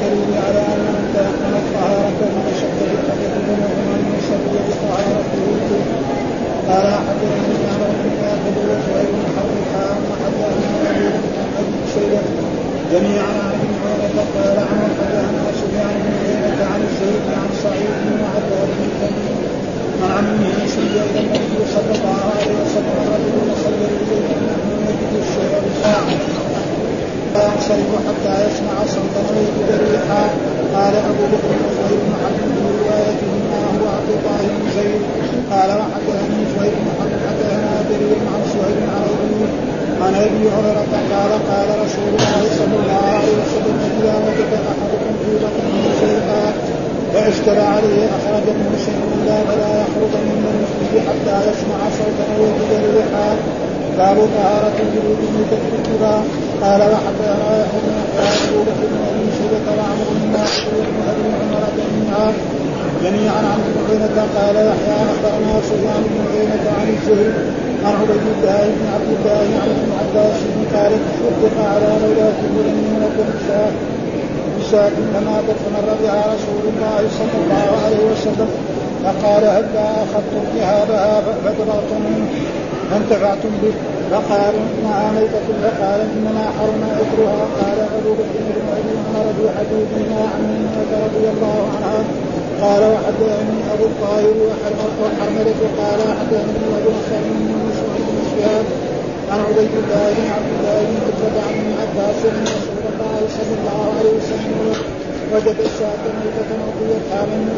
الدليل على أن من تيقن الطهارة من شك بالحدث ومن يصلي بطهارته. قال حدثني عمرو بن ناقد وزهير بن حرب حدثنا أبي شيبة جميعا عن ابن عمر قال عمرو حدثنا سفيان بن عيينة عن الزهري عن سعيد بن عباد بن تميم عن عمه شيء إلى النبي صلى الله عليه وسلم رجل صلى إليه من يجد الشيء بالساعة لا ينصرف حتى يسمع صوتا ويجد ريحا. قال أبو بكر وزهير بن حرب في روايتهما هو عبد الله بن زيد قال وحدثني زهير بن حرب حدثنا جرير عن سهيل عن أبي هريرة قال قال رسول الله صلى الله عليه وسلم إذا وجد أحدكم في بطنه شيئا فاشترى عليه أخرج منه شيئا لا فلا يخرج من المسجد حتى يسمع صوتا ويجد ريحا. باب طهارة الجلود من تكفيرها. قال وحدثنا يحيى بن أبي بكر بن أبي شيبة وعمرو بن ناقد وابن أبي عمر جميعا عن ابن عيينة قال يحيى أخبرنا سفيان بن عيينة عن الزهري عن عبيد الله بن عبد الله عن ابن عباس قال تصدق على مولاة ميمونة بشاة فماتت فمر بها رسول الله صلى الله عليه وسلم فقال هل أخذتم ذهابها فدبرتم منه فانتفعتم به فقال إنها ميتة فقال إنما حرم أكلها. قال أبو بكر بن أبي عمر في حديثنا عن ميمونة رضي الله عنها قال وحدثني أبو الطاهر وحرملة قال حدثني أبو نصر بن مسعود بن شهاب عن عبيد الله بن عبد الله بن عتبة عن ابن عباس أن رسول الله صلى الله عليه وسلم وجد الشاة ميتة وقيتها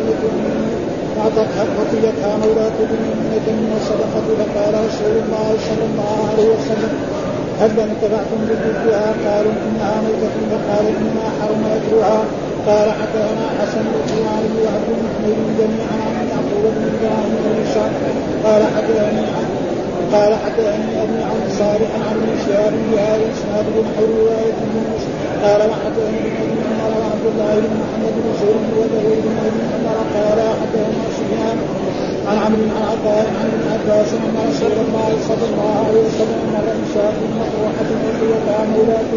مولاة بميمونة من الصدقة فقال رسول الله صلى الله عليه وسلم هل انتفعتم بذكرها؟ قالوا إنها ميتة فقال إنما حرم أكلها. قال حدثنا حسن الرحمن وعبد المحمد جميعا عن يعقوب بن إبراهيم بن هشام قال حدثني أبي عن صالح عن ابن شهاب بهذا الإسناد بنحو رواية يونس قال وحدثني ابن عمر وعبد الله بن محمد بن زيد وداود بن أبي عمر قال حدثنا سفيان عن عمرو عن عطاء عن ابن عباس أن رسول الله صلى الله عليه وسلم مر بشاة مطروحة وقيتها مولاة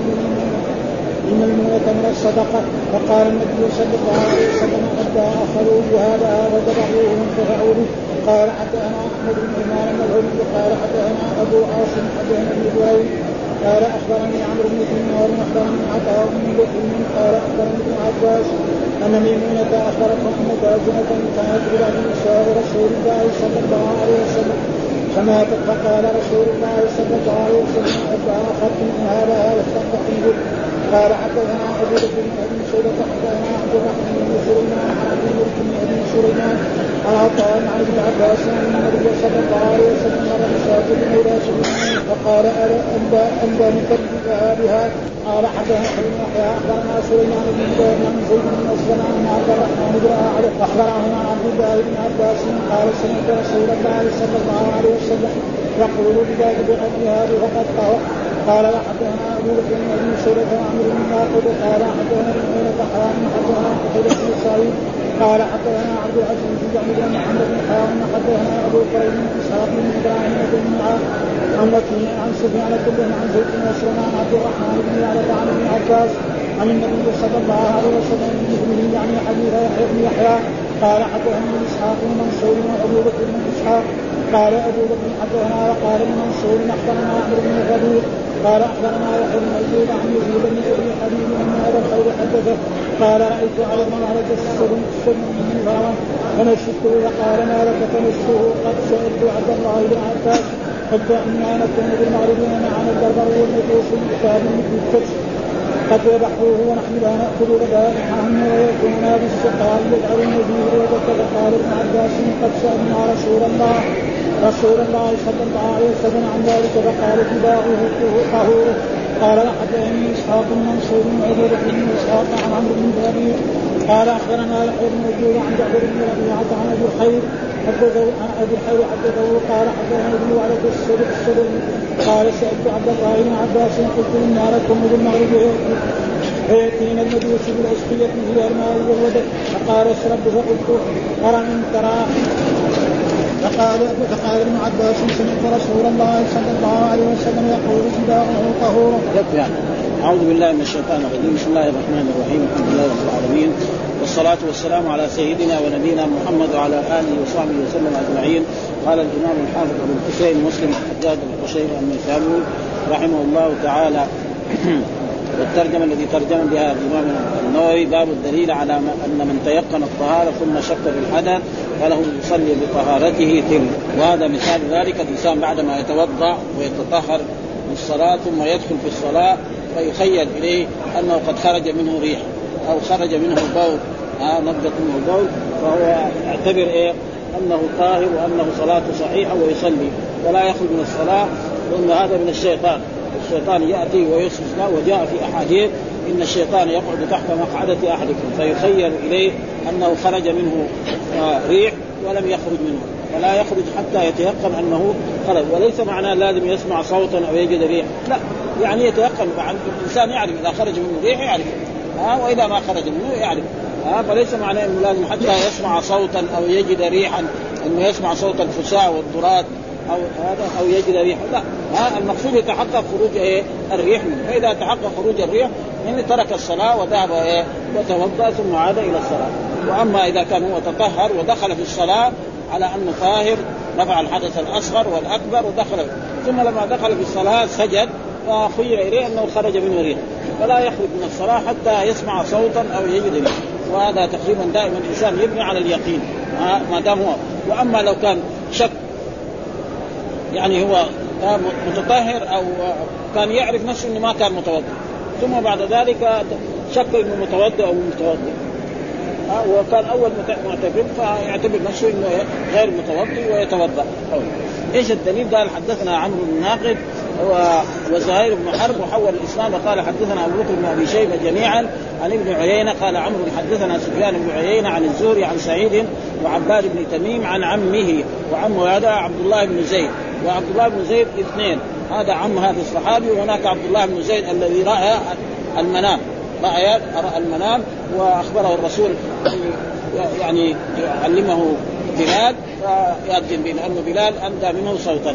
بميمونة من الصدقة فقال النبي صلى الله عليه وسلم حتى أخذوا بهذا وذبحوه وانتفعوا به. قال حدثنا أحمد بن عمار النبوي قال حدثنا أبو عاصم حدثنا ابن جرير قال أخبرني عمرو بن دينار أخبرني عطاء بن بكر قال أخبرني ابن عباس أن ميمونة أخبرته أن داجنة كانت ببعض نساء رسول الله صلى الله عليه وسلم فماتت فقال رسول الله صلى الله عليه وسلم حتى أخذت من هذا واستنبطني به. قال حدثنا أبو بكر بن أبي شيبة حدثنا عبد الرحمن بن سليمان عن عبد الملك بن أبي سليمان عن عطاء عن ابن عباس أن النبي صلى الله عليه وسلم مر بشاة مولى سليمان فقال أنبى مكذبها بها. قال حدثنا ابن يحيى أخبرنا سليمان بن زيد بن أسلم عن عبد الرحمن بن أعرف أخبرنا عن عبد الله بن عباس قال سمعت رسول الله صلى الله عليه وسلم يقول بذلك بأبيها فقد طهر. قال وحدثنا أبو بكر بن أبي شيبة وعمرو بن ناقد قال حدثنا ابن عيينة حدثنا قتيبة بن سعيد قال حدثنا عبد العزيز بن محمد بن حارث حدثنا أبو كريم بن إسحاق بن إبراهيم بن معاذ عن وكيع عن سفيان كلهم عن زيد بن أسلم عن عبد الرحمن بن يعلى عن ابن عباس عن النبي صلى الله عليه وسلم بمثله يعني حديث يحيى بن يحيى. قال حدثنا إسحاق بن منصور وأبو بكر بن إسحاق قال أبو بكر حدثنا وقال منصور أخبرنا عمرو بن الربيع قال أخبرنا يحيى بن أيوب عن يزيد بن أبي حبيب أن هذا الخير حدثه قال رأيت على المنارة السلم من غرام فنشفته فقال ما لك فنشفه قد سألت عبد الله بن عباس قلت إنا نكون بالمغربين معنا البربر والنفوس المكتاب بالكتف قد ذبحوه ونحن لا نأكل ذبائحهم ويكوننا بالسقاء يجعل النبي وذكر. قال ابن عباس قد سألنا رسول الله صلى الله عليه وسلم عن ذلك فقال اتباعه طهوره. قال حدثني إسحاق بن منصور وأبو بكر بن إسحاق عن عمرو بن ربيع قال أخبرنا يحيى بن أيوب عن جعفر بن ربيعة عن أبي الخير حدثه قال حدثنا ابن وعلة السبل قال سألت عبد الله بن عباس قلت إنا لكم بالمغرب فيأتينا المجوس بالأسقية إلى الماء والودك فقال اشرب فقلت أرى من ترى. فقال ابن عباس سمعت رسول الله صلى الله عليه وسلم يقول اتباعه طهور. أعوذ بالله من الشيطان الرجيم. بسم الله الرحمن الرحيم. الحمد لله رب العالمين، والصلاة والسلام على سيدنا ونبينا محمد وعلى آله وصحبه وسلم أجمعين. قال الإمام الحافظ أبو الحسين مسلم الحجاج القشيري النيسابوري رحمه الله تعالى والترجمة الذي ترجم بها الإمام النووي: باب الدليل على أن من تيقن الطهارة ثم شك في الحدث فله يصلي بطهارته تلك. وهذا مثال ذلك: الإنسان بعدما يتوضأ ويتطهر للصلاة ثم يدخل في الصلاة فيخيل إليه أنه قد خرج منه ريح أو خرج منه بول، نبضة منه بول، فهو يعتبر أنه طاهر وأنه صلاته صحيحة ويصلي ولا يخرج من الصلاة، وأن هذا من الشيطان. الشيطان يأتي ويوسوس له، وجاء في أحاديث إن الشيطان يقعد تحت مقعدة أحدكم فيخيل إليه أنه خرج منه ريح ولم يخرج منه، فلا يخرج حتى يتيقن أنه خرج. وليس معناه لازم يسمع صوتا أو يجد ريح، لا، يعني يتيقن. الإنسان يعرف إذا خرج منه ريح يعرف، وإذا ما خرج منه يعرف. فليس معناه أنه لازم حتى يسمع صوتا أو يجد ريحا، أنه يسمع صوت الفساء والضرات أو هذا أو يجد ريح، لا. المقصود يتحقق خروج الريح منه. فإذا تحقق خروج الريح إن ترك الصلاة وذهب وتوضأ ثم عاد إلى الصلاة. وأما إذا كان هو تطهر ودخل في الصلاة على أنه طاهر، رفع الحدث الأصغر والأكبر ودخل، ثم لما دخل في الصلاة سجد فخير إليه أنه خرج منه ريح، فلا يخرج من الصلاة حتى يسمع صوتا أو يجد ريح. وهذا تقريبا دائما الإنسان يبني على اليقين ما دام هو. وأما لو كان شك، يعني هو متطهر أو كان يعرف نفسه إنه ما كان متوضئ، ثم بعد ذلك شك إنه متوضئ أو متوضئ، وكان أول معتبر فيعتبر نفسه إنه غير متوضئ ويتوضأ. إيش الدليل؟ قال: حدثنا عمرو بن ناقد وزهير بن حرب وحول الإسلام وقال حدثنا أبو بكر بن أبي شيبة جميعا عن ابن عيينة. قال عمرو: حدثنا سفيان بن عيينة عن الزهري عن سعيد وعباد بن تميم عن عمه، وعمه هذا عبد الله بن زيد، وعبد الله بن زيد اثنين، هذا عم هذا الصحابي، وهناك عبد الله بن زيد الذي رأى المنام، رأى المنام وأخبره الرسول يعني يعلمه بلال فيأذن به، لأنه بلال أندى منه صوتا.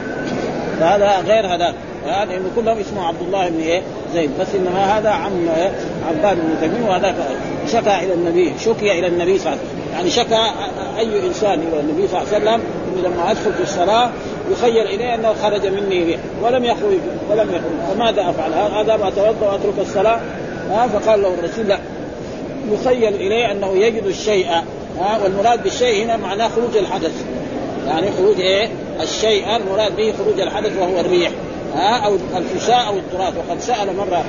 فهذا غير هذا، لأنه كلهم اسمه عبد الله بن زيد، بس إنما هذا عم عباد بن تميم. وهذا شكى إلى النبي، شكي إلى النبي صلى الله عليه وسلم، يعني شكى أي إنسان إلى النبي صلى الله عليه وسلم إنه لما أدخل في الصلاة يخيل إليه أنه خرج مني ريح ولم يخرج، فماذا أفعل؟ هذا أتوضأ وأترك الصلاة؟ فقال له الرسول: لا، يخيل إليه أنه يجد الشيء، والمراد بالشيء هنا معناه خروج الحدث، يعني خروج الشيء المراد به خروج الحدث وهو الريح أو الفساء أو التراب. وقد سأل مرة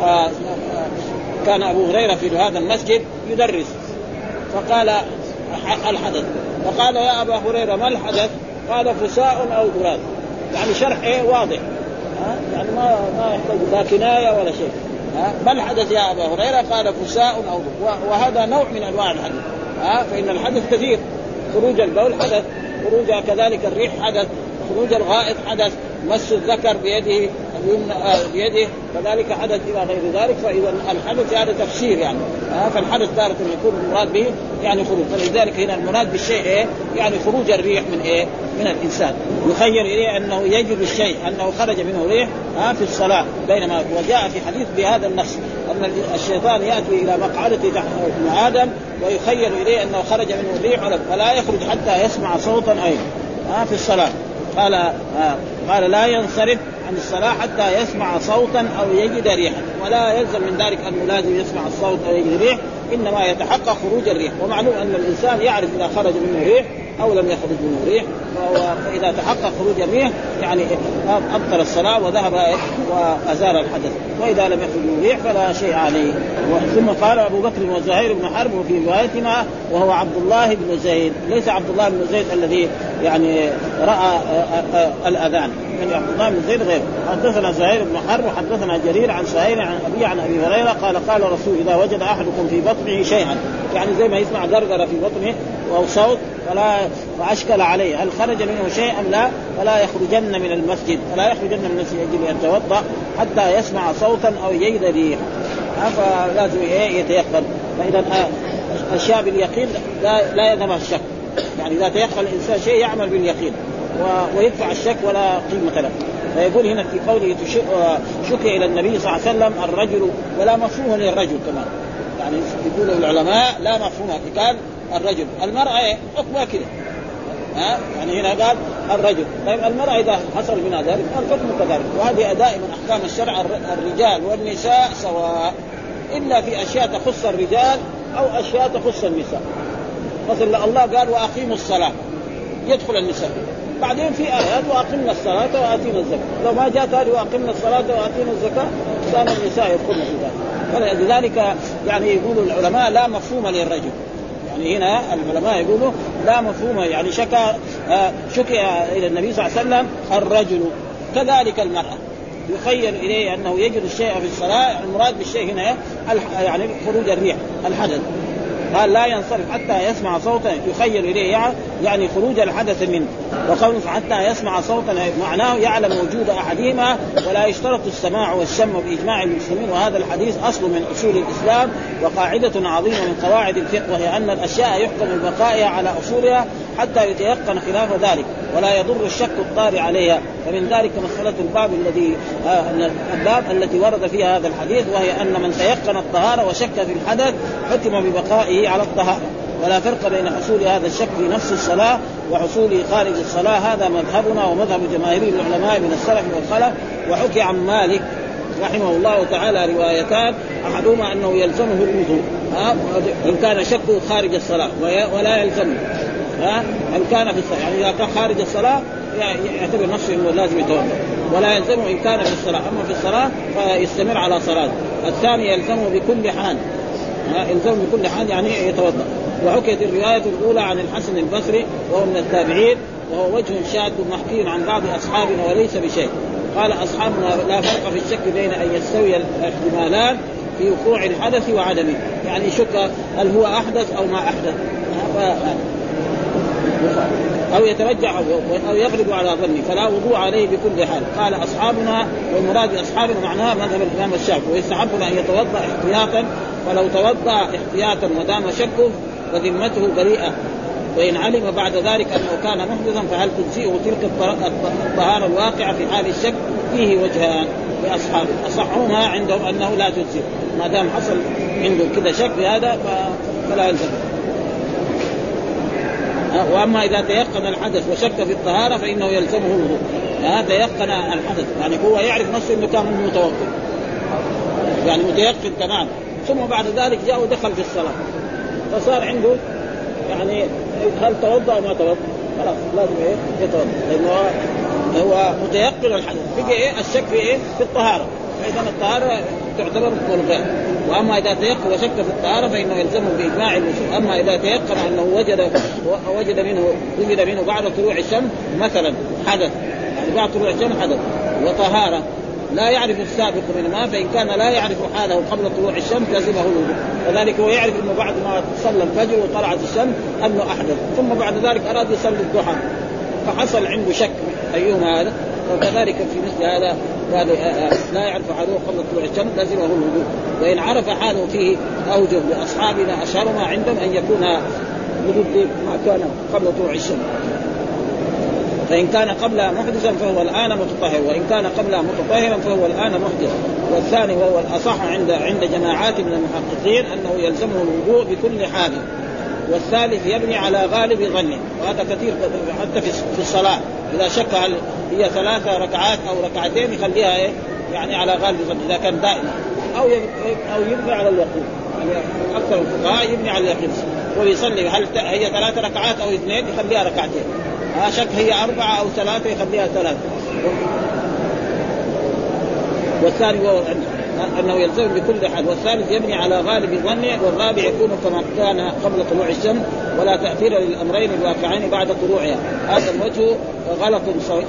كان أبو هريرة في هذا المسجد يدرس، فقال الحدث، فقال: يا أبا هريرة ما الحدث؟ قال: فساء أو تراب. يعني شرح واضح، يعني ما يحتاج لا كناية ولا شيء. ما الحدث يا أبا هريرة؟ قال: فساء أو تراب. وهذا نوع من أنواع الحدث، فإن الحدث كثير: خروج البول حدث، خروج كذلك الريح حدث، خروج الغائط حدث، مس الذكر بيده بيده كذلك حدث إلى غير ذلك. فإذا الحدث هذا تفسير يعني، فالحدث تارة يكون المراد به يعني خروج. فلذلك هنا المراد بالشيء يعني خروج الريح من الإنسان، يخيل إليه أنه يجد الشيء أنه خرج منه ريح في الصلاة. بينما وجاء في حديث بهذا النص أن الشيطان يأتي إلى مقعدة تحت ابن آدم ويخيل إليه أنه خرج منه ريح، فلا يخرج حتى يسمع صوتا في الصلاة. قال: لا ينصرف عن الصلاة حتى يسمع صوتا أو يجد ريحا. ولا يلزم من ذلك أنه لازم يسمع الصوت أو يجد ريح، إنما يتحقق خروج الريح. ومعلوم أن الإنسان يعرف إذا خرج منه ريح أو لم يخرج منه ريح، فإذا تحقق خروج الريح يعني أبطل الصلاة وذهب وأزال الحدث، وإذا لم يخرج منه ريح فلا شيء عليه. ثم قال أبو بكر وزهير بن حرب وفي روايتنا وهو عبد الله بن زيد، ليس عبد الله بن زيد الذي يعني رأى الأذان، يعني عبد الله بن زيد غير. حدثنا زهير بن حرب وحدثنا جرير عن سهيل عن أبي هريرة قال رسول: إذا وجد أحدكم في بطنه شيئا، يعني زي ما يسمع غرغرة في بطنه أو صوت فأشكل عليه هل خرج منه شيء أم لا، فلا يخرجن من المسجد، يجب أن يتوضأ حتى يسمع صوتا أو يجد ريح، فلازم يتيقن. فإذا الأشياء باليقين لا يذهب الشك، يعني إذا تيقن الإنسان شيء يعمل باليقين ويدفع الشك ولا قيمة له. فيقول هنا في قوله شكي إلى النبي صلى الله عليه وسلم الرجل، ولا مفهوم للرجل كمان، يعني يقولوا العلماء لا مفهوم قال الرجل. المرأة حكمها كده، يعني هنا قال الرجل. طيب المرأة إذا حصل منها ذلك الحكم كذلك. وهذه دائما أحكام الشرع الرجال والنساء سواء، إلا في أشياء تخص الرجال أو أشياء تخص النساء. مثلا الله قال وأقيموا الصلاة، يدخل النساء. بعدين في آيات وأقمنا الصلاة وآتينا الزكاة، لو ما جاءت هذه وأقمنا الصلاة وآتينا الزكاة كان النساء يدخلن في ذلك. فلذلك يعني يقولوا العلماء لا مفهوم للرجل، يعني هنا العلماء يقولوا لا مفهوم، يعني شكي إلى النبي صلى الله عليه وسلم الرجل. كذلك المرأة يخيل إليه أنه يجد الشيء في الصلاة، المراد بالشيء هنا يعني خروج الريح الحدث، قال لا ينصرف حتى يسمع صوتا يخيل إليه يعني خروج الحدث منه. وقوله حتى يسمع صوتا معناه يعلم وجود أحدهما، ولا يشترط السماع والشم بإجماع المسلمين. وهذا الحديث أصل من أصول الإسلام وقاعدة عظيمة من قواعد الفقه، وهي أن الأشياء يحكم بقائها على أصولها حتى يتيقن خلاف ذلك، ولا يضر الشك الطارئ عليها. فمن ذلك مسألة الباب التي ورد فيها هذا الحديث، وهي أن من تيقن الطهارة وشك في الحدث حكم ببقائه على الطهارة، ولا فرق بين حصول هذا الشك في نفس الصلاة وحصوله خارج الصلاة. هذا مذهبنا ومذهب جماهير العلماء من السلف والخلف. وحكي عن مالك رحمه الله تعالى روايتان، أحدهما أنه يلزمه الوضوء إن كان شكه خارج الصلاة، ولا يلزمه إن كان في الصلاة، يعني إذا كان خارج الصلاة يعتبر نفسه أنه لازم يتوضأ، ولا يلزمه إن كان في الصلاة. أما في الصلاة فيستمر على صلاته. الثاني يلزمه بكل حال، يلزمه بكل حال يعني يتوضأ. وحكيت الرواية الأولى عن الحسن البصري وهو من التابعين، وهو وجه شاذ محكي عن بعض أصحابنا وليس بشيء. قال أصحابنا لا فرق في الشك بين أن يستوي الاحتمالان في وقوع الحدث وعدمه، يعني شك هل هو أحدث أو ما أحدث، أو يترجع أو يغلب على ظنه، فلا وضوء عليه بكل حال. قال أصحابنا، والمراد بأصحابنا معناها مذهب الإمام الشافعي، ويستحب أن يتوضأ احتياطا، فلو توضأ احتياطا ودام شكه وذمته بريئة، وإن علم بعد ذلك أنه كان محدثا فهل تجزئه تلك الطهارة الواقعة في حال الشك؟ فيه وجهان لأصحابه، أصحهما عندهم أنه لا تجزئه ما دام حصل عنده كذا شك بهذا فلا يلزم. وأما إذا تيقن الحدث وشك في الطهارة فإنه يلزمه الوضوء. هذا يقن الحدث، يعني هو يعرف نفسه إنه كان متوقف، يعني متيقن تمام، ثم بعد ذلك جاء ودخل في الصلاة فصار عنده يعني هل توضأ أو ما توضأ، خلاص لازم يتوضأ، لأنه هو متيقن الحدث. بقي الشك في الطهارة، فإذا الطهارة تعتبر ملغاة. وأما إذا تيقن وشك في الطهارة فإنه يلزمه بإجماع المسلمين. أما إذا تيقن أنه وجد منه بعد طلوع الشمس مثلا حدث، يعني بعد طلوع الشمس حدث وطهارة، لا يعرف السابق منهما، فإن كان لا يعرف حاله قبل طلوع الشمس لزمه الوضوء. كذلك هو يعرف أنه بعد ما صلى الفجر وطلعت الشمس أنه أحدث، ثم بعد ذلك أراد يصلي الضحى فحصل عنده شك أيهما هذا، وكذلك في مثل هذا لا يعرف حاله قبل طلوع الشمس لزمه الوضوء. وإن عرف حاله فيه أوجه لأصحابنا أشهرنا عندهم أن يكون وضوء ما كان قبل طلوع الشمس، فإن كان قبل محدثا فهو الآن متطهر، وإن كان قبل متطهرا فهو الآن محدث. والثاني وهو الأصح عند جماعات من المحققين أنه يلزمه الوضوء بكل حال. والثالث يبني على غالب ظنه، وهذا كثير حتى في الصلاة، إذا شك هل هي 3 ركعات أو ركعتين يخليها يعني على غالب ظنه إذا كان دائما، أو يبني على اليقين، يعني أكثر الفقهاء يبني على اليقين ويصلي هل هي 3 ركعات أو 2 يخليها ركعتين، شك هي 4 أو 3 يخليها 3. والثاني هو أنه يلزم بكل حال. والثالث يبني على غالب ظنه. والرابع يكون كما كان قبل طلوع الشمس، ولا تأثير للأمرين الواقعين بعد طلوعها. هذا الوجه غلط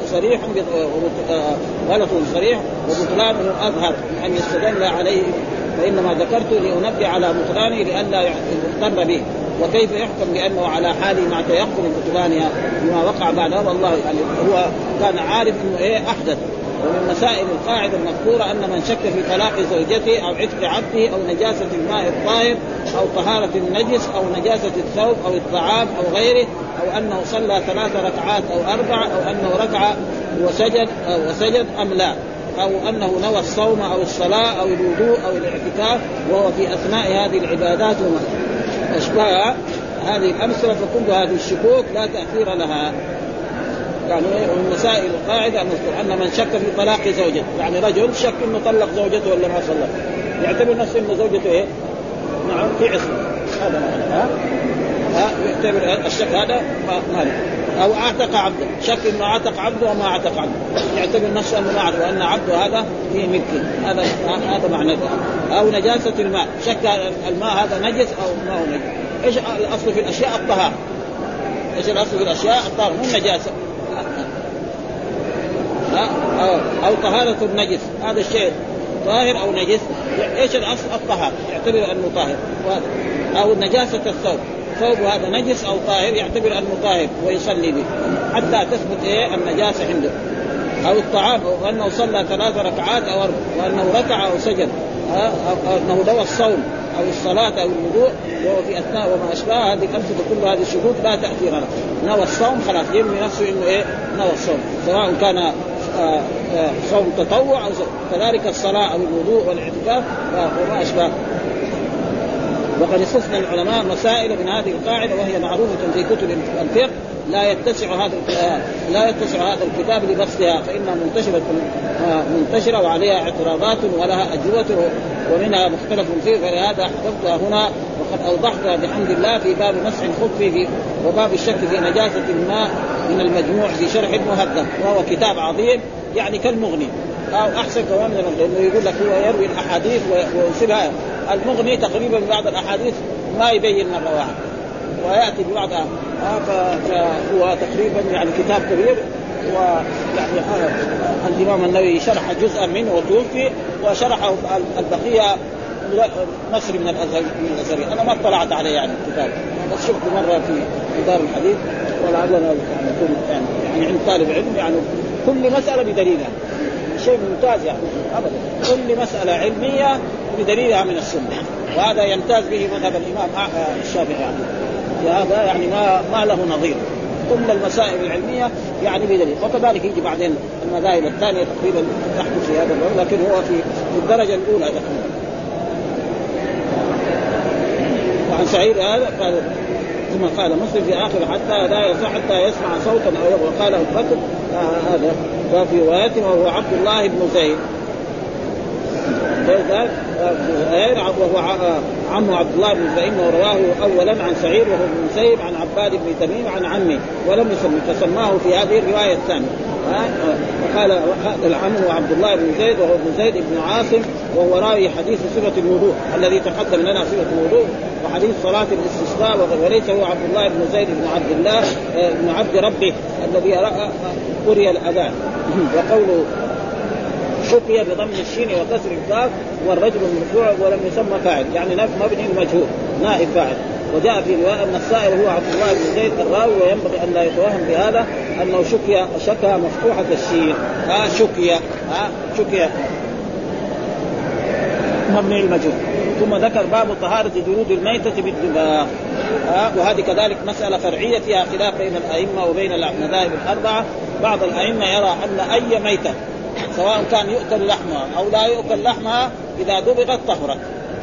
صريح وبطلانه أظهر أن يستدل عليه، فإنما ذكرته لأنبه على بطلانه لئلا يغتر به. وكيف يحكم بأنه على حاله مع تيقن بطلانها بما وقع بعدها؟ والله يعني هو كان عارف إنه أحدث، ومن مسائل القاعدة المذكورة أن من شك في طلاق زوجته أو عتق عبده أو نجاسة الماء الطاهر أو طهارة النجس أو نجاسة الثوب أو الطعام أو غيره، أو أنه صلى 3 ركعات أو 4 أو أنه ركع وسجد أم لا، أو أنه نوى الصوم أو الصلاة أو الوضوء أو الاعتكاف وهو في أثناء هذه العبادات وأشباهها هذه الأمثلة، فكل هذه الشكوك لا تأثير لها. يعني من مسائل القاعدة أن من شك في طلاق زوجته، يعني رجل شك إنه طلق زوجته ولا ما صلى، يعتبر نفسه إنه زوجته إيه؟ نعم في عصمة، هذا معنى يعتبر الشك هذا مالك. أو اعتق عبده، شك إنه اعتق عبده وما اعتق عبده، يعتبر نفسه أنه ما اعتق وأن عبده هذا فيه ملك، هذا معنى. أو نجاسة الماء، شك الماء هذا نجس أو ما هو نجس. إيش الأصل في الأشياء؟ الطهارة. إيش الأصل في الأشياء؟ الطهارة، مو النجاسة. أو طهارة النجس، هذا الشيء طاهر أو نجس. إيش الأصل؟ الطهارة، يعتبر أنه طاهر. أو نجاسة الثوب، ثوب هذا نجس أو طاهر، يعتبر أنه طاهر ويصلي به حتى تثبت النجاسة عنده. أو الطعام، أو أنه صلى 3 ركعات أو 4، وأنه ركع أو سجد، أو أنه نوى الصوم أو الصلاة أو الوضوء وهو في أثناء وما أشباه. هذه الأمثلة كل هذه الشروط لا تأثير لها. نوى الصوم خلاص يرمي نفسه إنه نوى الصوم، سواء كان صوم تطوع أو كذلك الصلاة أو الوضوء والاعتكاف وما أشباه. وقد استثنى العلماء مسائل من هذه القاعدة وهي معروفة في كتب الفقه، لا يتسع هذا الكتاب لبسطها، فإنها منتشرة وعليها اعتراضات ولها أجوبة ومنها مختلف فيه، فلهذا حفظتها هنا وقد أوضحتها بحمد الله في باب مسح الخف وباب الشك في نجاسة الماء من المجموع في شرح المهذب، وهو كتاب عظيم يعني كالمغني أو أحسن كمان من المغني، لأنه يقول لك هو يروي الأحاديث وينسبها. المغني تقريبا بعض الأحاديث ما يبين مرة واحدة ويأتي ببعضها، فهو تقريبا يعني كتاب كبير. ويعني الإمام النووي شرح جزءا منه وتوفي، وشرحه البقية مصري من الأزهري. أنا ما اطلعت عليه يعني الكتاب، بس شفت مرة في دار الحديث، ولعلنا يعني نكون يعني عند طالب علم يعني كل مسألة بدليلها، شيء ممتاز يعني أبدا، كل مسألة علمية بدليلها من السنة، وهذا يمتاز به مذهب الإمام الشافعي يعني. هذا يعني ما له نظير، كل المسائل العلمية يعني بدليل. وكذلك يجي بعدين المذاهب الثانية تقريبا تحدث في هذا الأمر، لكن هو في الدرجة الأولى تقريبا. وعن سعيد هذا قال ثم قال مسلم في آخر حتى لا يصح حتى يسمع صوتا أو يقول، قال أبو بكر هذا. وفي روايته وهو عبد الله بن زيد، وهو عمه عبد الله بن زيد، فإنه رواه أولا عن سعيد وهو بن مسيب عن عباد بن تميم عن عمه ولم يسمه، فسماه في هذه الرواية الثانية. وقال العم هو عبد الله بن زيد وهو بن زيد بن عاصم، وهو راوي حديث صفة الوضوء الذي تقدم لنا، صفة الوضوء وحديث صلاة الاستسقاء، وليس هو عبد الله بن زيد بن عبد الله بن عبد ربه الذي قرئ الأذان. وقوله شقي بضم الشين وكسر الكاف والرجل المرفوع ولم يسمى فاعل، يعني مبني المجهول نائب فاعل. وجاء في رواية أن السائل هو عبد الله بن زيد الراوي، وينبغي أن لا يتوهم بهذا أنه شكى مفتوحة الشين، شكي مبني المجهول. ثم ذكر باب طهارة جلود الميتة بالدماء، وهذه كذلك مسألة فرعية فيها خلاف بين الأئمة وبين المذاهب الأربعة. بعض الأئمة يرى أن أي ميتة سواء كان يؤكل لحمها أو لا يؤكل لحمها إذا دبغت طهرت.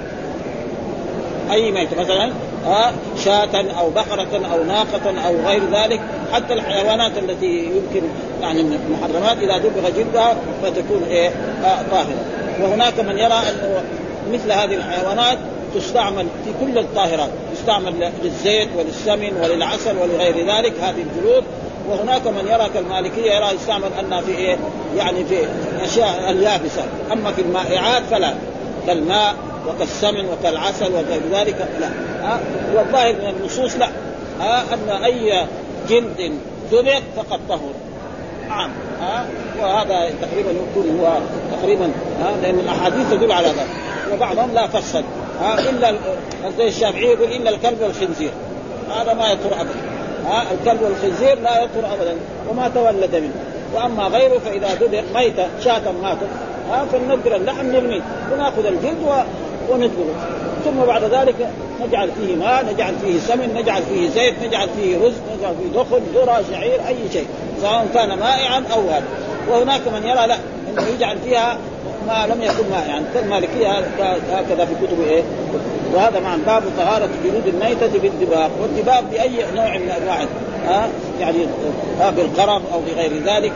أي ميتة مثلا شاة أو بقرة أو ناقة أو غير ذلك، حتى الحيوانات التي يمكن يعني من المحرمات إذا دبغ جلدها فتكون طاهرة. وهناك من يرى أن مثل هذه الحيوانات تستعمل في كل الطاهرات، يستعمل للزيت وللسمن وللعسل ولغير ذلك هذه الجلود. وهناك من يرى كالمالكية يرى يستعمل أنها في يعني في أشياء اليابسة، أما في المائعات فلا، كالماء وكالسمن وكالعسل وغير ذلك لا. والظاهر من النصوص لا، أن أي جلد دبغ فقد طهر عام. وهذا تقريبا يكون هو تقريبا لأن الأحاديث تدل على ذلك. وبعضهم لا فصل إلا زي الشافعي يقول إلا الكلب والخنزير، هذا ما يطهر أبدا. الكلب والخنزير لا يطهر أبدا وما تولد منه، واما غيره فاذا ذبح ميته شاة ماتت فلنقدر اللحم نرميه وناخذ الجلد ونذبحه، ثم بعد ذلك نجعل فيه ماء، نجعل فيه سمن، نجعل فيه زيت، نجعل فيه رز، نجعل فيه دخن، ذرة، شعير، أي شيء سواء كان مائعا أو هذا. وهناك من يرى لا إنه يجعل فيها ما لم يكن مائعا كالمالكية هكذا في كتب إيه. وهذا مع باب طهارة جلود الميتة بالدباغ، والدباغ بأي نوع من أنواع يعني بالقرب أو بغير ذلك.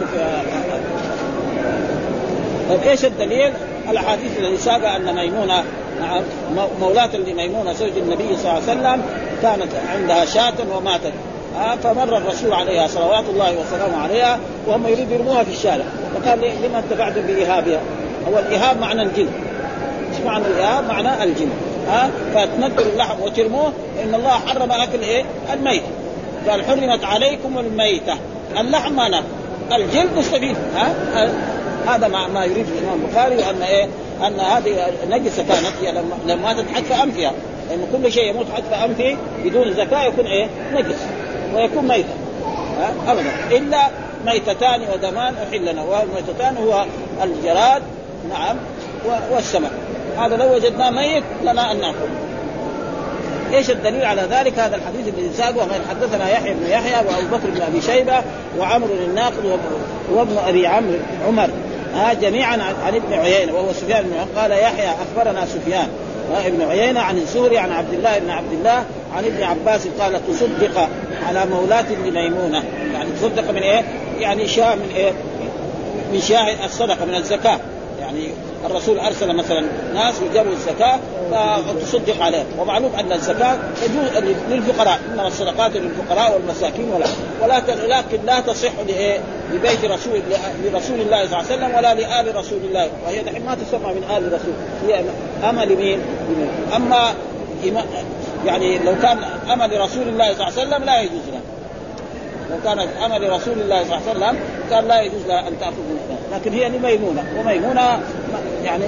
طيب إيش الدليل؟ الحديث الذي ساق أن ميمونة مولاة لميمونة زوج النبي صلى الله عليه وسلم كانت عندها شاة وماتت، فمر الرسول عليها صلوات الله وسلامه عليها وهم يريدوا يرموها في الشارع، فقال لما انتفعتم بإهابها؟ هو الإهاب معنى الجلد. ايش معنى الإهاب؟ معنى الجلد. فتنكروا اللحم وترموه، إن الله حرم أكل إيه؟ الميت. قال حرمت عليكم الميتة، اللحم ما ناكل، الجلد مستفيد. هذا ما يريد الإمام البخاري، أن إيه؟ أن هذه نجسة كانت هي لما تتحدث أنفها، لأن كل شيء يموت حتى أنفه بدون زكاة يكون إيه؟ نجس ويكون ميتا أبدا، إلا ميتتان ودمان أحلنا، والميتتان هو الجراد نعم والسمك، هذا لو وجدناه ميت لنا أن نأكل. ايش الدليل على ذلك؟ هذا الحديث الذي ساقه وغير حدثنا يحيى بن يحيى وابو بكر بن ابي شيبه وعمرو الناقد وابن ابي عمر جميعا عن ابن عيينه وهو سفيان بن قال يحيى اخبرنا سفيان ابن عيينه عن الزهري عن عبد الله بن عبد الله عن ابن عباس قال تصدق على مولاة لميمونة، يعني تصدق من ايه؟ يعني شاء من ايه؟ من شاء الصدقه من الزكاه، يعني الرسول أرسل مثلا ناس وجابوا الزكاة فتصدق عليه، ومعلوم أن الزكاة تجوز للفقراء، إنما الصدقات للفقراء والمساكين ولكن لا تصح لبيت لرسول الله صلى الله عليه وسلم ولا لآل رسول الله، وهي دحين ما تسمى من آل رسول، هي أمل مين؟ أما يعني لو كان أمل رسول الله صلى الله عليه وسلم لا يجوز له، لو كانت أمل رسول الله صلى الله عليه وسلم كان لا يجوز لها أن تأخذ منها، لكن هي لميمونة، وميمونة يعني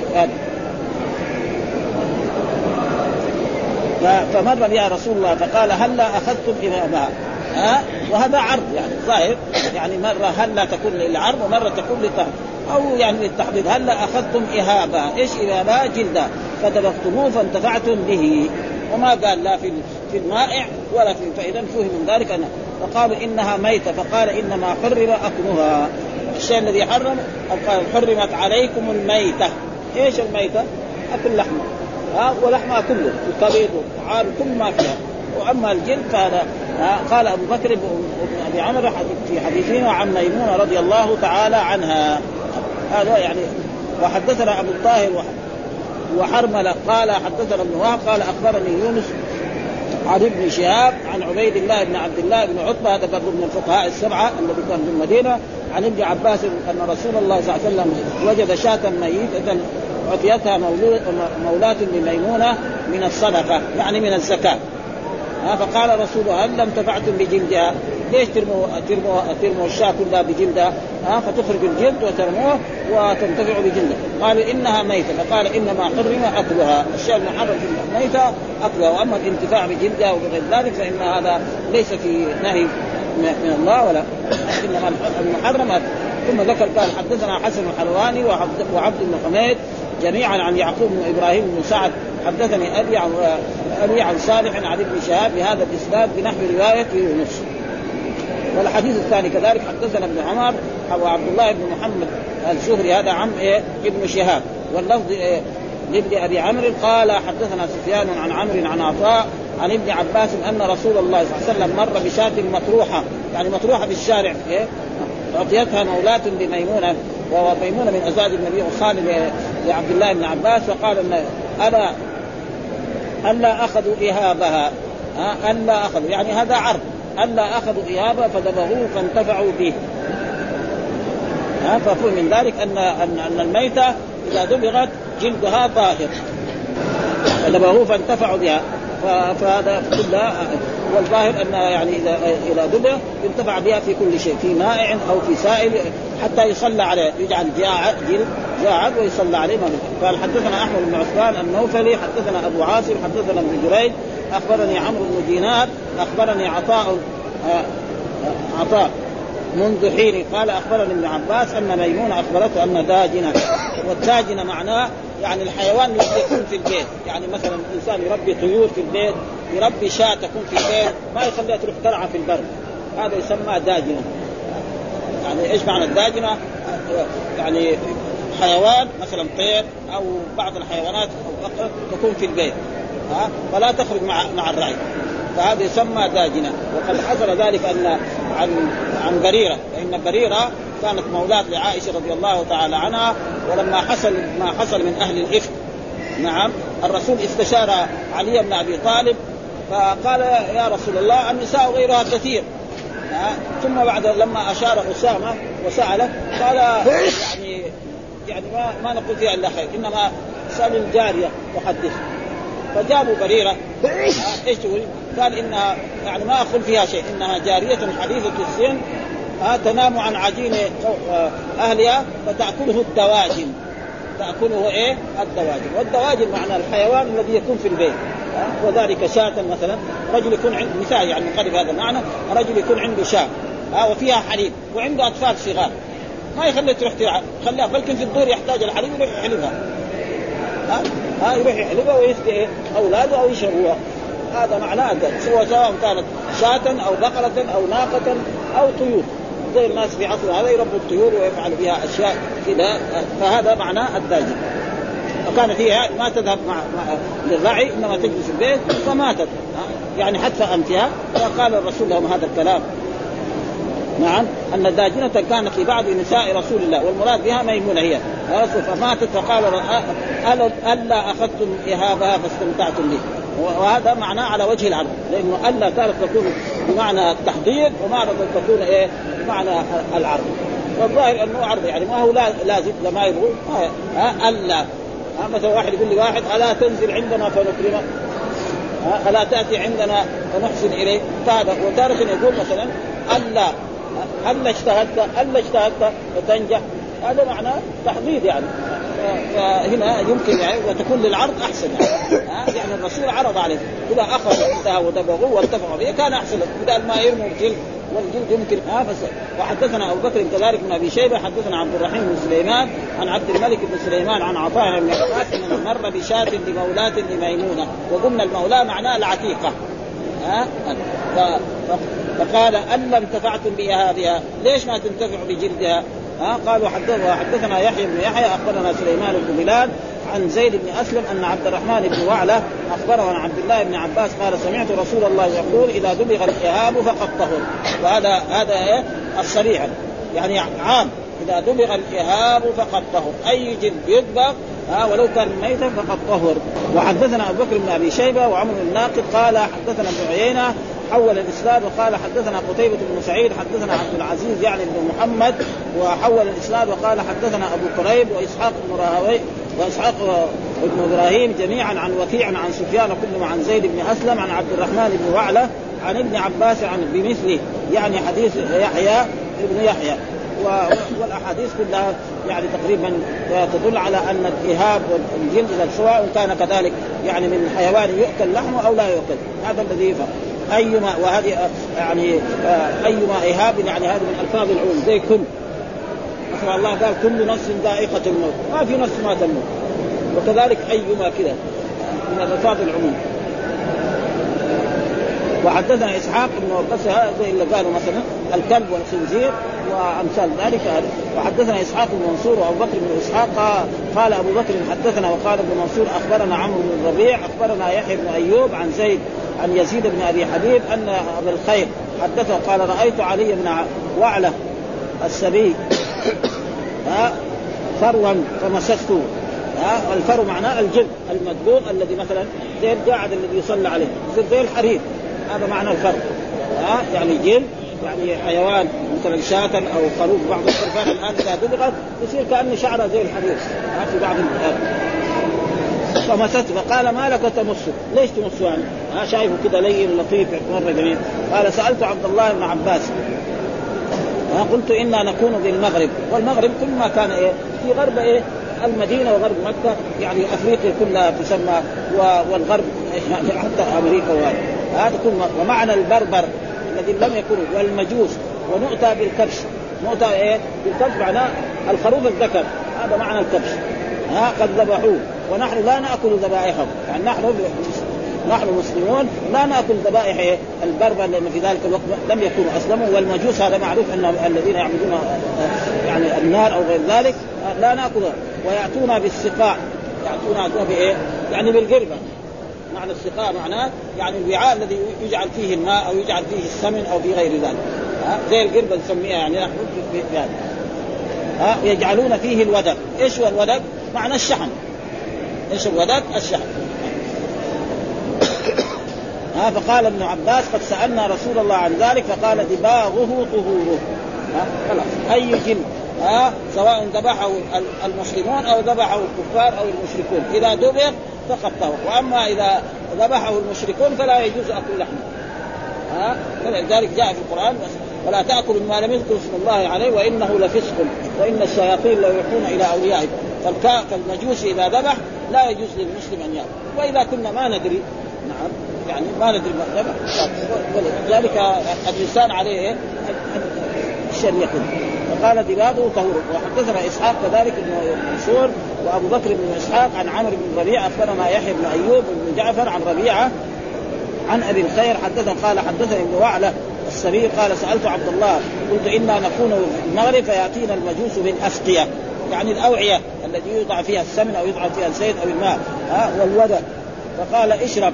فمر بها رسول الله فقال هلا أخذتم إمامها، وهذا عرض يعني ظاهر، يعني مرة هلا تكون للعرض ومرة تكون للطهر أو يعني للتحضير. هلا أخذتم إهابها، إيش إهابها؟ جلدا فدبغتموه فانتفعتم به، وما قال لا في المائع ولا في، فإذا فهم من ذلك أنه فقالوا إنها ميتة، فقال إنما حرم أكلها، الشيء الذي حرم قال حرمت عليكم الميتة. إيش الميتة؟ أكل لحمة ولحمة كله الكبير والعار كل ما فيها، وأما الجلد فهذا قال أبو بكر بن أبي عمر في حديثنا عن ميمونة رضي الله تعالى عنها هذا يعني. وحدثنا أبو الطاهر وحرملة قال حدثنا ابن وهب قال أخبرني يونس عن ابن شهاب عن عبيد الله بن عبد الله بن عتبة، هذا برضو من الفقهاء السبعة الذي كان في المدينة، عن ابن عباس أن رسول الله صلى الله عليه وسلم وجد شاة ميتة عطيتها مولاة لميمونة من الصدقة يعني من الزكاة، فقال رسول هل لم تفعتم بجلدها؟ ليش ترموا الشاة كلها بجلدها؟ فتخرج الجلد وترموه وتنتفع بجلده. قالوا إنها ميتة، فقال إنما حرم أكلها، الشيء المحرم في الميتة أكلها، وأما الانتفاع بجلدها وغير ذلك فإن هذا ليس في نهي من الله ولا، إنما المحرم أكل. ثم ذكر قال حدثنا حسن الحلواني وعبد بن حميد جميعا عن يعقوب بن إبراهيم بن سعد حدثني أبي عن صالح عن ابن شهاب بهذا الإسناد بنحو رواية يونس. والحديث الثاني كذلك حدثنا ابن عمر وعبد الله بن محمد الزهري هذا عم ابن شهاب، واللفظ لابن أبي عمرو قال حدثنا سفيان عن عمرو عن عطاء عن ابن عباس أن رسول الله صلى الله عليه وسلم مر بشاة مطروحة، يعني مطروحة في الشارع أعطيتها مولاة لميمونة، وميمونة من أزواج النبي وخال لعبد الله بن عباس، فقال ألا أخذوا إهابها، ألا أخذوا يعني هذا عرض، ألا أخذوا إهابها فدبغوه فانتفعوا به. ففهم من ذلك أن الميتة إذا دبغت جلدها طاهر فدبغوه فانتفعوا بها، فهذا كله والظاهر أن يعني إذا دبغ ينتفع بها في كل شيء، في مائع أو في سائل حتى يصلى عليه، يجعل جلد جاعد ويصلى عليه. قال حدثنا أحمد بن عثمان النوفلي حدثنا أبو عاصم حدثنا ابن جريج أخبرني عمرو بن دينار أخبرني عطاء منذ حين. قال أخبرني ابن عباس أن ميمونة أخبرته أن داجنة، والداجنة معناه يعني الحيوان الذي يكون في البيت، يعني مثلا الإنسان يربي طيور في البيت، يربي شاة تكون في البيت، ما يخليها تروح ترعى في البر، هذا يسمى داجنة. يعني إيش معنى الداجنة؟ يعني حيوان مثلا طير أو بعض الحيوانات أو بقر تكون في البيت فلا تخرج مع الرعي، فهذا يسمى داجنة. وقد حصل ذلك أن عن بريرة، فإن بريرة كانت مولاة لعائشة رضي الله تعالى عنها، ولما حصل ما حصل من أهل الإفك نعم الرسول استشار علي بن أبي طالب فقال يا رسول الله النساء غيرها كثير. ثم بعد لما أشار أسامة وسأله قال يعني ما نقول فيها إلا خير، إنما سأل الجارية تحدث. فجابوا بريرة ايش تقول؟ قال انها يعني ما اقول فيها شيء، انها جارية حديثة السن تنام عن عجين اهلها فتاكله الدواجن. تاكله ايه؟ الدواجن. والدواجن معنى الحيوان الذي يكون في البيت، وذلك شاة مثلا، رجل يكون عنده مثال يعني من قبل هذا المعنى، رجل يكون عنده شاة وفيها حليب وعنده اطفال صغار، ما يخلي تروح خليها، بلكن في الدور يحتاج الحليب يروح يحلبها، يروح يحلبها ويسقي أولاده أو يشربوها. هذا معناه سواء كانت شاة أو بقرة أو ناقة أو طيور، زي الناس في عصر هذا يربوا الطيور ويفعل بها أشياء كذا، فهذا معناه الداجن. وكان فيها ما تذهب مع للرعي، إنما تجلس في البيت فماتت يعني حتى أنتها. فقال الرسول لهم هذا الكلام نعم أن الداجنة كانت لبعض نساء رسول الله، والمراد بها ميمونة هي، فماتت. فقال ألا أخذتم إهابها فاستمتعتم به، وهذا معناه على وجه العرض، لأنه ألا تعرف تكون بمعنى التحضير ومعنى تكون إيه بمعنى العرض، والظاهر أنه عرض يعني ما هو لازم لما يبغوا ألا. مثلا واحد يقول لي واحد ألا تنزل عندنا فنكرمك، ألا تأتي عندنا فنحسن إليه، فهذا. وتارة يقول مثلا ألا اجتهدت فتنجح، هذا معناه تحضيض يعني. فهنا يمكن يعني وتكون للعرض أحسن يعني الرسول عرض عليه إذا أخذ انتهى ودبغوه واتفقوا به كان أحسن، بدل ما يرموا الجلد والجلد يمكن وحدثنا أبو بكر كذلك من أبي شيبة حدثنا عبد الرحيم بن سليمان عن عبد الملك بن سليمان عن عطاء بن عباس من مر بشاة لمولاة لميمونة، وقلنا المولاة معناه العتيقة فقال ألا انتفعتم بها ليش ما تنتفع بجلدها؟ قالوا حدثنا يحيى بن يحيى أخبرنا سليمان بن بلال عن زيد بن أسلم أن عبد الرحمن بن وعلة أخبره عن عبد الله بن عباس قال سمعت رسول الله يقول إذا دبغ الإهاب فقد طهر. وهذا الصريح يعني عام، إذا دبغ الإهاب فقد طهر، أي جلد يدبغ ولو كان ميتا فقد طهر. وحدثنا أبو بكر بن أبي شيبة وعمر الناقد قال حدثنا ابن عيينة حول الإسلام وقال حدثنا قتيبة بن سعيد حدثنا عبد العزيز يعني بن محمد وحول الإسلام وقال حدثنا أبو قريب وإسحاق بن راهوي وإسحاق بن إبراهيم جميعا عن وكيع عن سفيان كلهم عن زيد بن أسلم عن عبد الرحمن بن وعلة عن ابن عباس عن بمثله يعني حديث يحيى ابن يحيى. والأحاديث كلها يعني تقريبا تدل على أن الإهاب والجلد سواء كان كذلك يعني من حيوان يؤكل لحمه أو لا يؤكل، هذا الذي يفهم أيما. وهذه يعني أيما إهاب يعني هذا من ألفاظ العموم، زي كل مثلا الله قال كل نفس ذائقة الموت، ما في نفس ما تموت، وكذلك أيما كذا من ألفاظ العموم. وحدثنا إسحاق بن وقص زي اللي قالوا مثلا الكلب والخنزير وأمثال ذلك. وحدثنا إسحاق بن منصور وأبو بكر بن إسحاق قال أبو بكر حدثنا وقال ابن منصور أخبرنا عمرو بن الربيع أخبرنا يحيى بن أيوب عن زيد عن يزيد بن أبي حبيب أن أبا الخير حدثه قال رأيت علي بن وعلة السبي فروا فمسسته. الفرو معناه الجلد المدبوغ الذي مثلا زي القاعد الذي يصلى عليه زي الحرير، هذا معنى الفرو يعني جلد يعني حيوان مثلا شاة أو خروف. بعض الخرفان الآن إذا دبغت يصير كأنه شعره زي الحرير في بعض الآن. فمسته فقال ما لك تمسه، ليش تمسه يعني؟ شايفه كده لين لطيف مرة جميل. قال سألت عبد الله بن عباس قلت إنا نكون بالمغرب، والمغرب كل ما كان في غرب المدينة وغرب مكة يعني أفريقيا كلها تسمى، والغرب يعني حتى أمريكا هذا كل. ومعنى البربر الذي لم يكونوا والمجوس ونؤتى بالكبش. نؤتى إيه بالكبش معناه الخروف الذكر، هذا معنى الكبش. قد ذبحوه ونحن لا نأكل ذبائحهم، يعني نحن مسلمون لا نأكل ذبائح البربر، لأن في ذلك الوقت لم يكونوا أسلموا، والمجوس هذا معروف أن الذين يعبدون يعني النار أو غير ذلك لا نأكلها. ويأتونا بالسقاء، يأتونا بإيه يعني بالقربة. معنى السقاء معناه يعني الوعاء الذي يجعل فيه الماء أو يجعل فيه السمن أو بغير ذلك، زي القربة نسميها يعني نحن يجعلون فيه الودك. إيش هو الودك؟ معنى الشحم. إيش الودك؟ الشحم. فقال ابن عباس قد سألنا رسول الله عن ذلك فقال دباغه طهوره. خلاص أي جلد سواء ذبحه المسلمون أو ذبحه الكفار أو المشركون، إذا دبغ فقد طهر. وأما إذا ذبحه المشركون فلا يجوز أكل لحمه. فلذلك جاء في القرآن ولا تأكلوا مما لم يذكر اسم الله عليه وإنه لفسق وإن الشياطين لا يوحون إلى أوليائهم. فالمجوس إذا ذبح لا يجوز للمسلم أن يأكل. وإذا كنا ما ندري، نعم يعني ما ندري ما ذبح، ولذلك الإنسان عليه الشريعة. فقال دباغه طهور. وحدثنا إسحاق كذلك ابن منصور وأبو بكر بن إسحاق عن عمرو بن ربيعة أخبرنا يحيى بن أيوب بن جعفر عن ربيعة عن أبي الخير قال حدثني ابن وعلة السرير قال سألت عبد الله قلت إنا نكون في المغرب فيأتينا المجوس بالأسقية، يعني الأوعية التي يوضع فيها السمن أو يوضع فيها الزيت أو الماء والودك، فقال اشرب.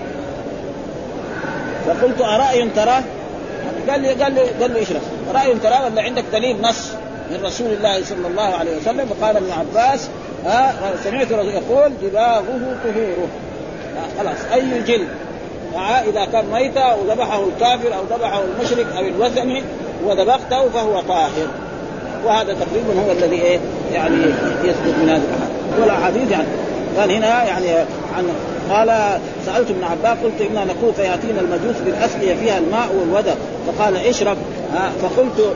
فقلت أرأي تراه؟ قال لي اشرب. رأي تراه ولا عندك دليل نص من رسول الله صلى الله عليه وسلم؟ فقال ابن عباس سمعت رسول يقول دباغه طهوره. خلاص أي جلد إذا كان ميتا أو ذبحه الكافر أو ذبحه المشرك أو الوثني وذبحته فهو طاهر. وهذا تقريبا هو الذي يعني يثبت من هذا الحديث. ولا حديث يعني قال هنا يعني عن قال سألت ابن عباس قلت إنا نقول فيأتينا المجوس بالأسقية فيها الماء والودك فقال اشرب. فقلت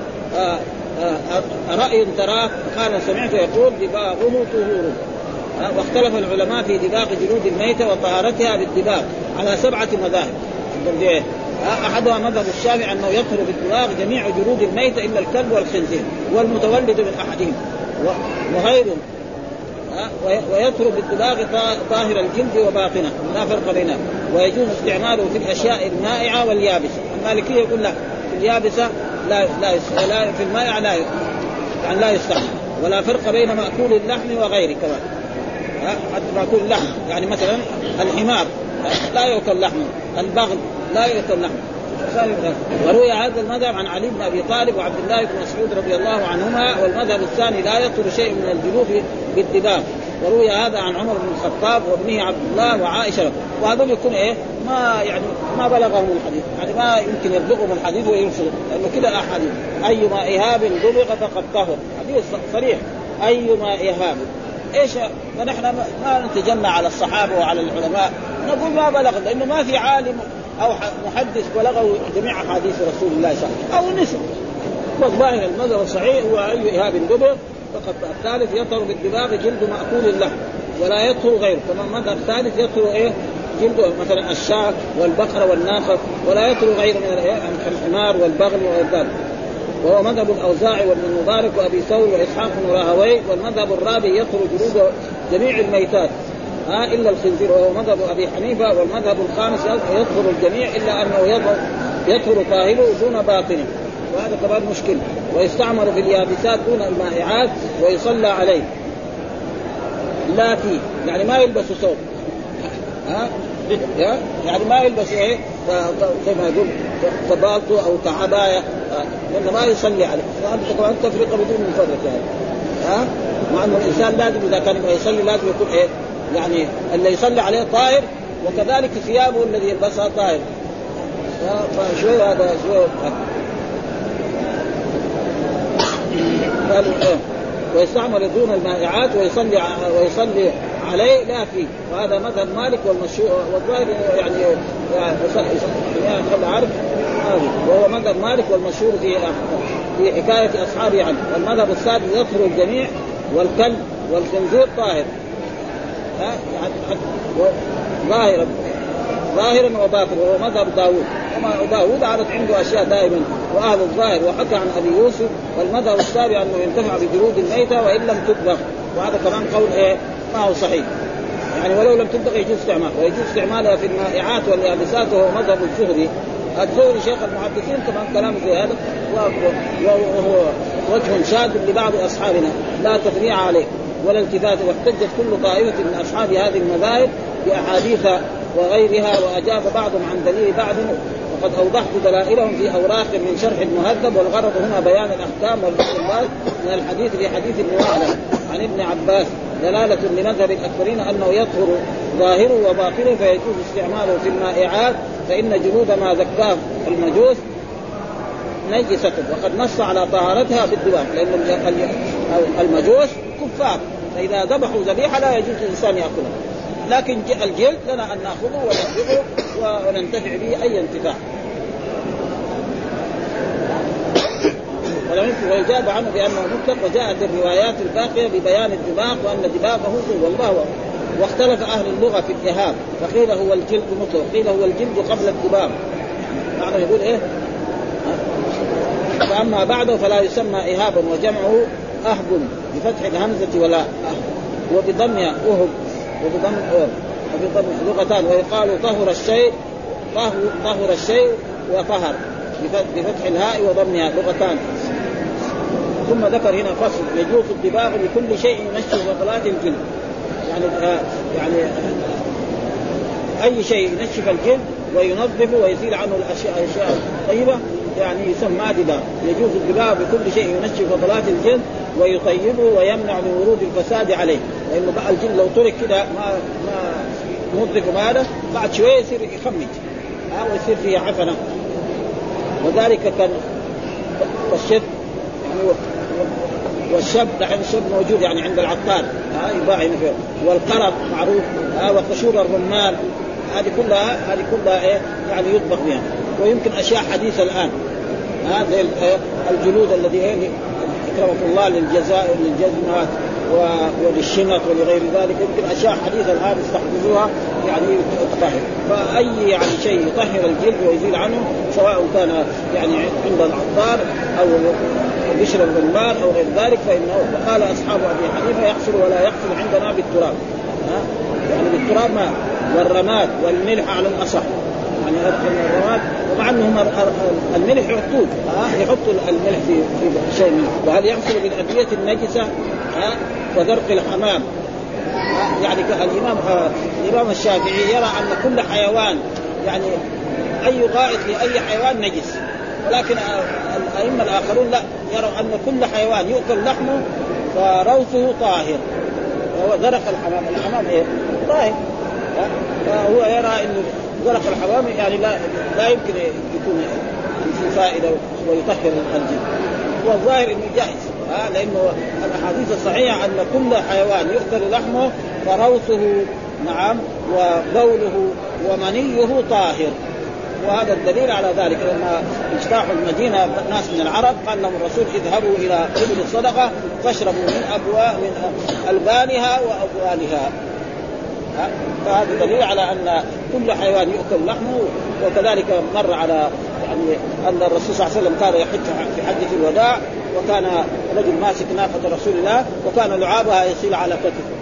رأي تراه؟ قال سمعت يقول دباغه طهور. واختلف العلماء في دباغ جلود الميتة وطهارتها بالدباغ على 7 مذاهب. أحدها مذهب الشافعي أنه يطهر بالدباغ جميع جلود الميتة إلا الكلب والخنزير والمتولد من أحدهم وغيرهم، ويطهر بالدباغ طاهر الجلد وباطنه لا فرق بينهم، ويجوز استعماله في الأشياء المائعة واليابسة. المالكية يقول لا في اليابسة لا في المائع لا يستعمل، ولا فرق بين مأكول اللحم وغيره كمان. حتى مأكول اللحم يعني مثلا الحمار لا يؤكل لحمه، البغل لا يؤكل لحمه. وروي هذا المذهب عن علي بن أبي طالب وعبد الله بن مسعود رضي الله عنهما. والمذهب الثاني لا يطهر شيء من الجلود بالدباغ. وروي هذا عن عمر بن الخطاب وابنه عبد الله وعائشة. وهذا يكون ما بلغهم الحديث، يعني ما يمكن يبلغهم الحديث ويرسل، لأنه كده أحاديث أيما إهاب دبغ فقد طهر، حديث صريح أيما إهاب. إيش فنحن ما نتجنى على الصحابة وعلى العلماء، نقول ما بلغ، لأنه ما في عالم أو محدث بلغه جميع أحاديث رسول الله صلى الله عليه وسلم أو نسب. والظاهر المذهب الصحيح هو أي إهاب دبغ فقد. الثالث يطهر بالدباغ جلد مأكول اللحم ولا يطهر غيره. كما المذهب الثالث يطهر جلد مثلا الشاة والبقرة والناقة ولا يطهر غيره من الحمار والبغل وغير. وهو مذهب الأوزاعي وابن المبارك وأبي ثور وإسحاق بن راهويه. والمذهب الرابع يطهر جلود جميع الميتات إلا الخنزير وهو مذهب أبي حنيفة. والمذهب الخامس يطهر الجميع إلا أنه يطهر طاهره دون باطنه، وهذا كمان مشكلة. ويستعمل في اليابسات دون المائعات ويصلى عليه لا فيه، يعني ما يلبس ثوب يعني ما يلبس زي ما يقول كبالطو أو كعباية، لأنه ما يصلي عليه. وهذا كمان تفرقة بدون مفرق يعني مع أن الإنسان لازم إذا كان يصلي لازم يكون يعني اللي يصلي عليه طاهر، وكذلك ثيابه الذي يلبسها طاهر. فشوي هذا شوي ويستعمل دون المائعات ويصلي عليه لا فيه. وهذا مذهب مالك والمشهور والظاهر يعني عارف وهو مذهب مالك والمشهور في حكاية أصحابه عنه. والمذهب السادس يطهر الجميع والكلب والخنزير طاهر ظاهرا. ظاهرا وباطنا، وهو مذهب داود. داود عادت عنده أشياء دائما وأهل الظاهر. وحكى عن أبي يوسف والمذهب السابع أنه ينتفع بجلود الميتة وإن لم تطبخ، وهذا كمان قول ما هو صحيح، يعني ولو لم تطبخ يجوز استعمال، ويجوز استعمالها في المائعات واليابسات، وهو مذهب الزهري. الزهري شيخ المحدثين كمان كلام زي هذا، وهو وجه شاذ لبعض أصحابنا لا تفريع عليه ولا التفات. واحتجت كل طائفة من أصحاب هذه المذاهب بأحاديث وغيرها، وأجاب بعضهم عن دليل بعض، وقد أوضحت دلائلهم في أوراق من شرح المهذب. والغرض هنا بيان الأحكام والاستنباط من الحديث في حديث ابن وعلى عن ابن عباس دلالة لمذهب الأكثرين أنه يطهر ظاهره وباطنه فيجوز استعماله في المائعات، فإن جلود ما زكاه المجوس نجسة، وقد نص على طهارتها بالذباب، لأن المجوس كفار، فإذا ذبحوا ذبيحة لا يجوز الإنسان يأكلها. لكن الجلد لنا أن نأخذه ونذبحه وننتفع به أي انتفاع. ويجاب عنه بأنه مطلق، وجاءت الروايات الباقية ببيان الدباغ وأن دباغه والله. واختلف أهل اللغة في الإهاب، فقيل هو الجلد مطلق، قيل هو الجلد قبل الدباغ، معنى يقول إيه؟ فأما بعده فلا يسمى إهابا، وجمعه أهب بفتح الهمزة ولا وبضمها أهب وبضم لغتان. ويقال طهر الشيء وطهر بفتح الهاء وضمها لغتان. ثم ذكر هنا فصل: يجوز الدباغ بكل شيء ينشف بطلات الجلد، يعني أي شيء ينشف الجلد وينظفه ويزيل عنه الأشياء الطيبة يعني يسمى دباغ. يجوز الدباغ بكل شيء ينشف بطلات الجلد ويطيبه ويمنع من ورود الفساد عليه، لأنه بقى الجلد لو ترك كده ما نظفه ماذا بعد شوية يصير يخمج ويصير فيه عفنة. وذلك كان الشد والشب، دحين الشب موجود يعني عند العطار يباع هنا فيه، والقرب معروف، وقشور الرمان، هذه كلها يعني يطبخ بها. ويمكن أشياء حديثة الآن زي الجلود الذي اكرمكم الله للجزاء للجزمات وللشنط ولغير ذلك، يمكن أشياء حديثة الآن يستحدثوها يعني تطهر. فأي يعني شيء يطهر الجلد ويزيل عنه، سواء كان يعني عند العطار أو بشر الرمان أو غير ذلك، فإنه قال أصحاب أبي حنيفة يحصل ولا يحصل عندنا بالتراب، يعني بالتراب ما والرماد والملح على الأصح، يعني الرماد، ومع أنهم الملح يحطوا الملح في شيء منه. وهل يحصل بالأدوية النجسة وذرق الحمام؟ يعني الإمام الشافعي يرى أن كل حيوان يعني أي غائط لأي حيوان نجس، ولكن الأئمة الآخرون لا، يروا أن كل حيوان يؤكل لحمه فروثه طاهر. وهو ذرق الحمام طاهر، فهو يرى أن ذرق الحمام يعني لا يمكن يكون في فائدة ويطهر الجلد. والظاهر أنه جائز، لأنه الأحاديث الصحيحة أن كل حيوان يؤكل لحمه فروثه نعم وبوله ومنيه طاهر. وهذا الدليل على ذلك لما اجتاحوا المدينة ناس من العرب قال لهم الرسول: اذهبوا إلى إبل الصدقة فاشربوا من ألبانها وأبوالها. فهذا دليل على أن كل حيوان يؤكل لحمه. وكذلك مر على يعني أن الرسول صلى الله عليه وسلم كان يحج في حجة الوداع، وكان رجل ماسك ناقة رسول الله وكان لعابها يسيل على كتفه،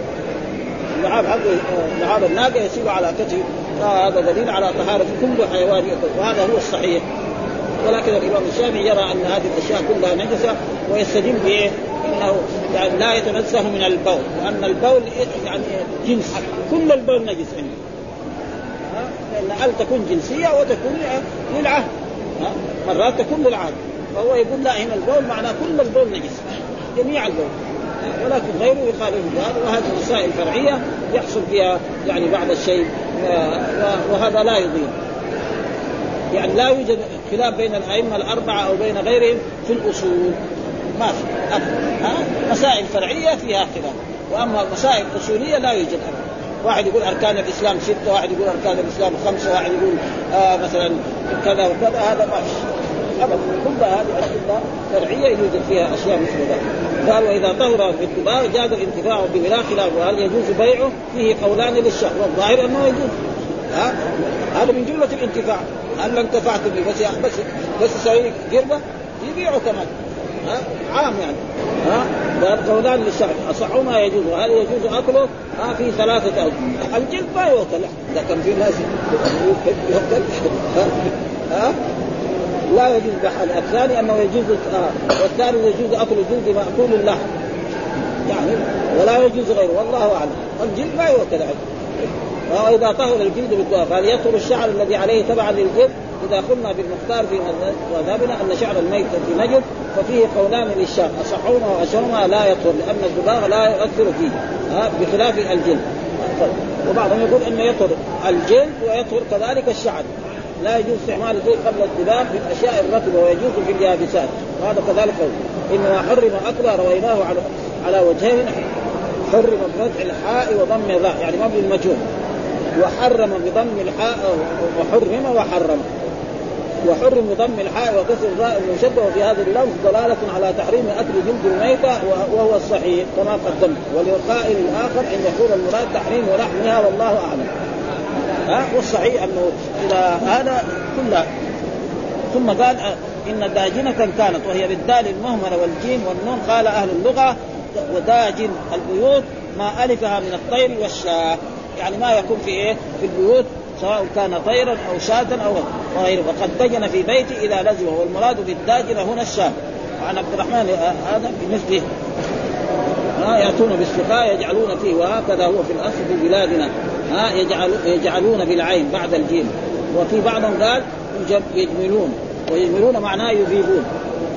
لعاب الناقة يسيل على كتفه. فهذا دليل على طهارة كل حيوان يؤكل، وهذا هو الصحيح. ولكن الإمام الشافعي يرى أن هذه الأشياء كلها نجسة، ويستدل بإيه؟ إنه يعني لا يتنزه من البول، وأن البول يعني جنس، كل البول نجس عنده، لأن تكون جنسية وتكون للعهد، مرات تكون للعهد. فهو يقول لا، هنا البول معناه كل البول نجس، جميع البول، ولكن غيره يخالف هذا. وهذه مسائل فرعية يحصل فيها يعني بعض الشيء، وهذا لا يضير. يعني لا يوجد خلاف بين الأئمة الأربعة أو بين غيرهم في الأصول، ما في مسائل فرعية فيها خلاف، وأما مسائل أصولية لا يوجد أبدا. واحد يقول أركان الإسلام 6، واحد يقول أركان الإسلام 5، واحد يقول مثلا كذا وكذا، هذا ما أبدا. كل هذه أشياء فرعية يوجد فيها أشياء مثل ذلك. قال: وإذا طهر في الدباغ جاز الانتفاع به بلا خلاف. وهل يجوز بيعه؟ فيه قولان للشيخ، والظاهر أنه يجوز. هذا من جملة الانتفاع. هل انتفعت به بس يسوي قربة يبيعه كمان عام يعني. قولان للشرع أصحهما يجوز وهل يجوز أكله في 3 أوجه. الجلد ما يوكل، إذا كان في ناس يوكل لا يجوز بحال. الثاني أنه يجوز والثاني يجوز أكل الجلد مأكول اللحم يعني ولا يجوز غيره والله أعلم. الجلد ما يوكل. وإذا طهر الجلد بالدواء فهل يطهر الشعر الذي عليه تبعا للجلد؟ إذا قلنا بالمختار في مذهبنا أن شعر الميت في نجد ففيه قولان للشعر أصحهما وأشهرهما لا يطهر لأن الدباغ لا يؤثر فيه بخلاف الجلد. وبعضهم يقول أن يطهر الجلد ويطهر كذلك الشعر. لا يجوز استعمال الجلد قبل الدباغ في الأشياء الرطبة ويجوز في اليابسات وهذا كذلك. إنما حرم أكله رويناه على وجهين. حرم بفتح الحاء وضم الراء يعني مبني المجهول، وحرم بضم الحاء وحرم بضم الحاء وكسر الراء المشبه. وفي هذا اللفظ دلالة على تحريم أكل جلد الميتة وهو الصحيح كما قدمت. وللقائل الآخر أن يكون المراد تحريم لحمها والله أعلم. والصحيح أنه إذا هذا كله. ثم قال إن داجنة كانت وهي بالدال المهملة والجيم والنون. قال أهل اللغة وداجن البيوت ما ألفها من الطير والشاة يعني ما يكون في البيوت سواء كان طيرا أو شاة أو غيره. وقد دجن في بيته إذا لزمه. والمراد بالداجنة هنا الشاة. وعن عبد الرحمن هذا بمثله يأتون بالسقاء يجعلون فيه وهكذا هو في الأصل في بلادنا يجعلون بالعين بعد الجيم. وفي بعضهم قال يجملون ويجملون معناه يذيبون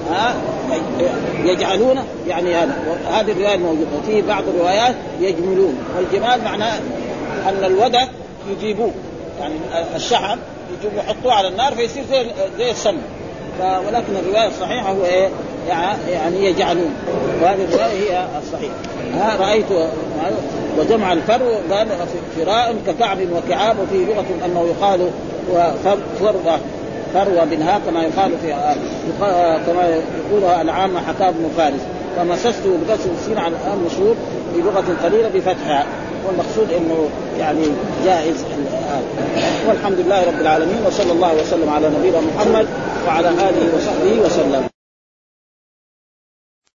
يجعلون يعني هذه الرواية موجودة. وفي بعض الروايات يجملون والجمال معناه أن الودك يجيبوه يعني الشحم يجيبوه يحطوه على النار فيصير زي السم. ولكن الرواية الصحيحة هو يعني يجعلون وهذه الرواية هي الصحيحة. رأيت وجمع الفرو قال فراء ككعب وكعاب. وفي لغة أنه يقال فروة بنها كما يقال كما يقولها العامة حكى ابن فارس. فمسسته بكسر السين على الآن مشهور في لغة قليلة بفتحها. والمقصود انه يعني جائز. والحمد لله رب العالمين وصلى الله وسلم على نبينا محمد وعلى آله وصحبه وسلم.